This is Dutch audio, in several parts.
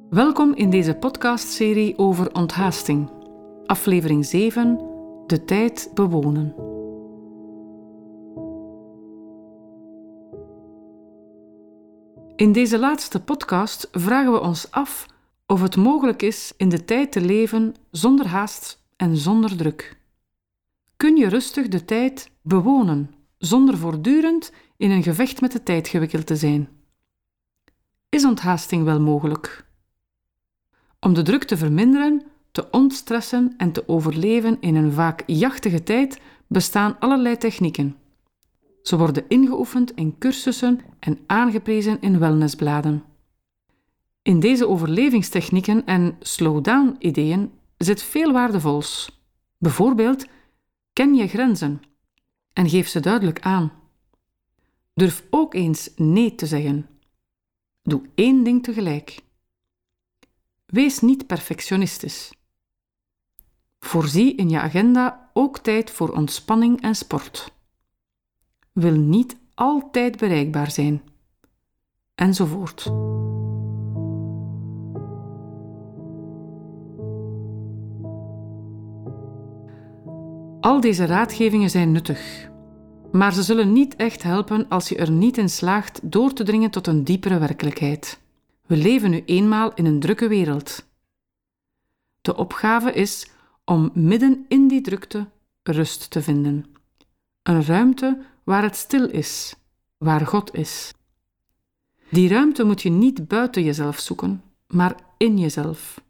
Welkom in deze podcastserie over onthaasting. Aflevering 7, de tijd bewonen. In deze laatste podcast vragen we ons af of het mogelijk is in de tijd te leven zonder haast en zonder druk. Kun je rustig de tijd bewonen, zonder voortdurend in een gevecht met de tijd gewikkeld te zijn? Is onthaasting wel mogelijk? Om de druk te verminderen, te ontstressen en te overleven in een vaak jachtige tijd bestaan allerlei technieken. Ze worden ingeoefend in cursussen en aangeprezen in wellnessbladen. In deze overlevingstechnieken en slow-down-ideeën zit veel waardevols. Bijvoorbeeld, ken je grenzen en geef ze duidelijk aan. Durf ook eens nee te zeggen. Doe 1 ding tegelijk. Wees niet perfectionistisch. Voorzie in je agenda ook tijd voor ontspanning en sport. Wil niet altijd bereikbaar zijn. Enzovoort. Al deze raadgevingen zijn nuttig, maar ze zullen niet echt helpen als je er niet in slaagt door te dringen tot een diepere werkelijkheid. We leven nu eenmaal in een drukke wereld. De opgave is om midden in die drukte rust te vinden. Een ruimte waar het stil is, waar God is. Die ruimte moet je niet buiten jezelf zoeken, maar in jezelf.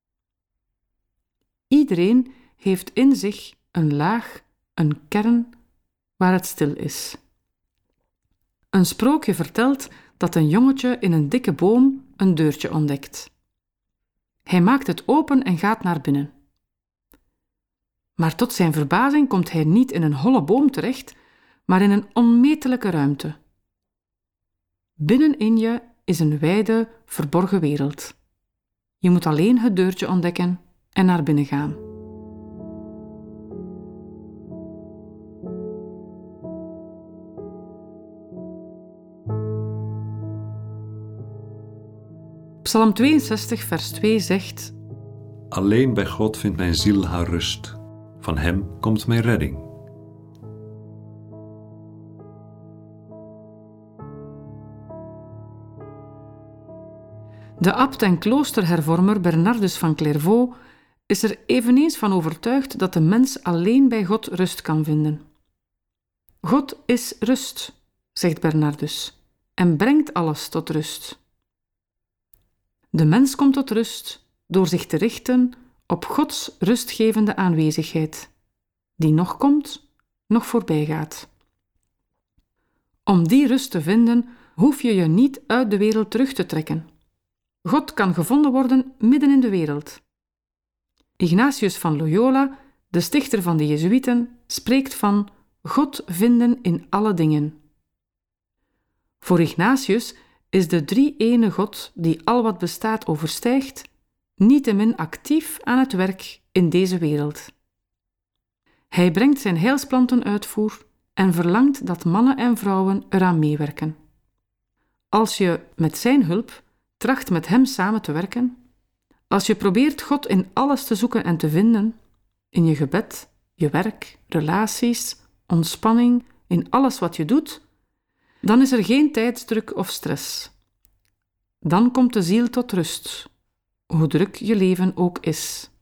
Iedereen heeft in zich een laag, een kern, waar het stil is. Een sprookje vertelt dat een jongetje in een dikke boom een deurtje ontdekt. Hij maakt het open en gaat naar binnen. Maar tot zijn verbazing komt hij niet in een holle boom terecht, maar in een onmetelijke ruimte. Binnenin je is een wijde, verborgen wereld. Je moet alleen het deurtje ontdekken en naar binnen gaan. Psalm 62, vers 2 zegt: Alleen bij God vindt mijn ziel haar rust. Van hem komt mijn redding. De abt en kloosterhervormer Bernardus van Clairvaux is er eveneens van overtuigd dat de mens alleen bij God rust kan vinden. God is rust, zegt Bernardus, en brengt alles tot rust. De mens komt tot rust door zich te richten op Gods rustgevende aanwezigheid, die nog komt, nog voorbij gaat. Om die rust te vinden, hoef je je niet uit de wereld terug te trekken. God kan gevonden worden midden in de wereld. Ignatius van Loyola, de stichter van de Jezuïeten, spreekt van God vinden in alle dingen. Voor Ignatius is de drie-ene God, die al wat bestaat overstijgt, niettemin actief aan het werk in deze wereld. Hij brengt zijn heilsplan ten uitvoer en verlangt dat mannen en vrouwen eraan meewerken. Als je met zijn hulp tracht met hem samen te werken, als je probeert God in alles te zoeken en te vinden, in je gebed, je werk, relaties, ontspanning, in alles wat je doet, dan is er geen tijdsdruk of stress. Dan komt de ziel tot rust, hoe druk je leven ook is.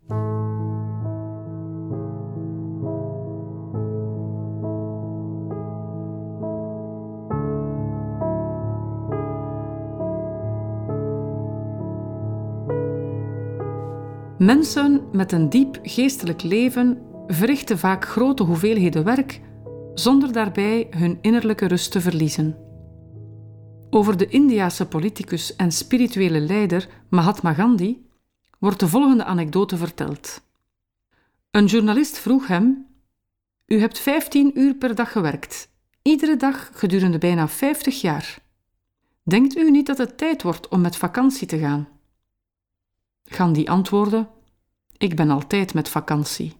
Mensen met een diep geestelijk leven verrichten vaak grote hoeveelheden werk zonder daarbij hun innerlijke rust te verliezen. Over de Indiase politicus en spirituele leider Mahatma Gandhi wordt de volgende anekdote verteld. Een journalist vroeg hem: U hebt 15 uur per dag gewerkt, iedere dag gedurende bijna 50 jaar. Denkt u niet dat het tijd wordt om met vakantie te gaan? Gandhi antwoordde: Ik ben altijd met vakantie.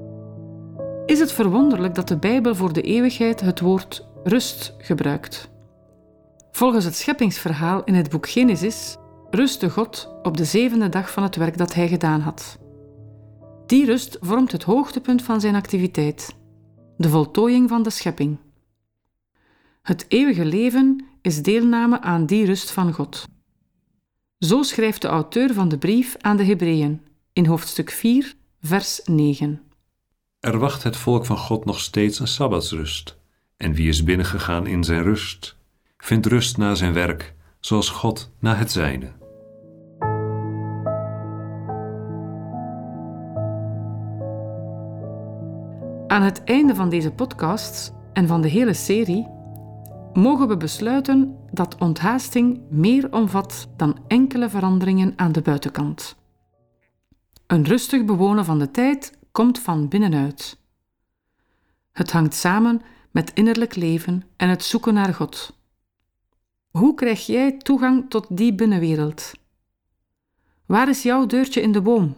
Is het verwonderlijk dat de Bijbel voor de eeuwigheid het woord rust gebruikt? Volgens het scheppingsverhaal in het boek Genesis rustte God op de 7e dag van het werk dat hij gedaan had. Die rust vormt het hoogtepunt van zijn activiteit, de voltooiing van de schepping. Het eeuwige leven is deelname aan die rust van God. Zo schrijft de auteur van de brief aan de Hebreeën in hoofdstuk 4, vers 9. Er wacht het volk van God nog steeds een sabbatsrust. En wie is binnengegaan in zijn rust, vindt rust na zijn werk, zoals God na het zijne. Aan het einde van deze podcast en van de hele serie mogen we besluiten dat onthaasting meer omvat dan enkele veranderingen aan de buitenkant. Een rustig bewonen van de tijd komt van binnenuit. Het hangt samen met innerlijk leven en het zoeken naar God. Hoe krijg jij toegang tot die binnenwereld? Waar is jouw deurtje in de boom?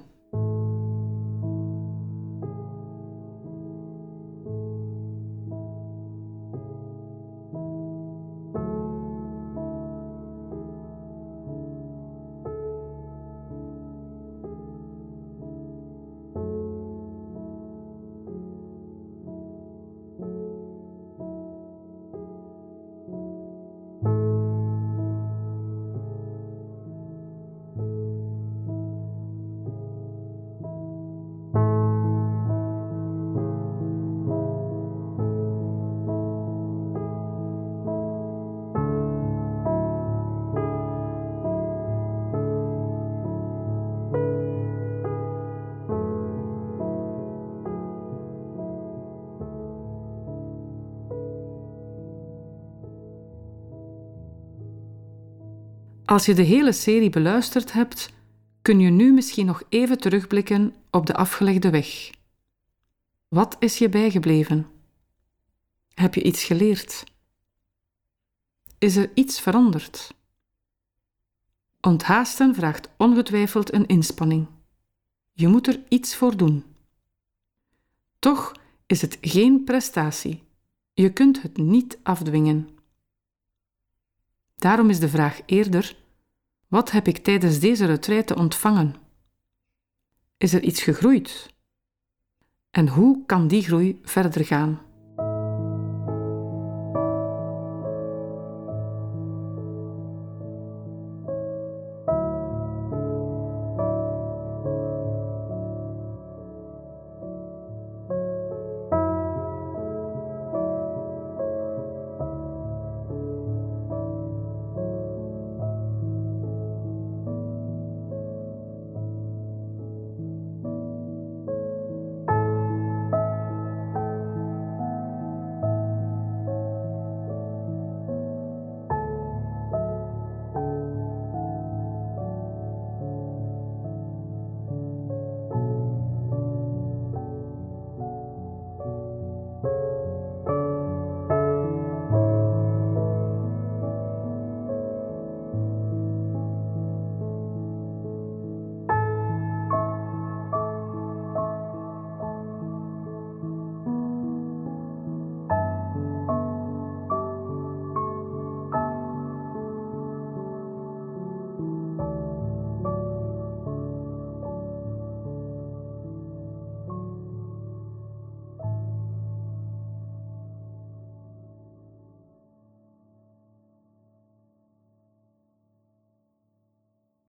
Als je de hele serie beluisterd hebt, kun je nu misschien nog even terugblikken op de afgelegde weg. Wat is je bijgebleven? Heb je iets geleerd? Is er iets veranderd? Onthaasten vraagt ongetwijfeld een inspanning. Je moet er iets voor doen. Toch is het geen prestatie. Je kunt het niet afdwingen. Daarom is de vraag eerder: wat heb ik tijdens deze retraite ontvangen? Is er iets gegroeid? En hoe kan die groei verder gaan?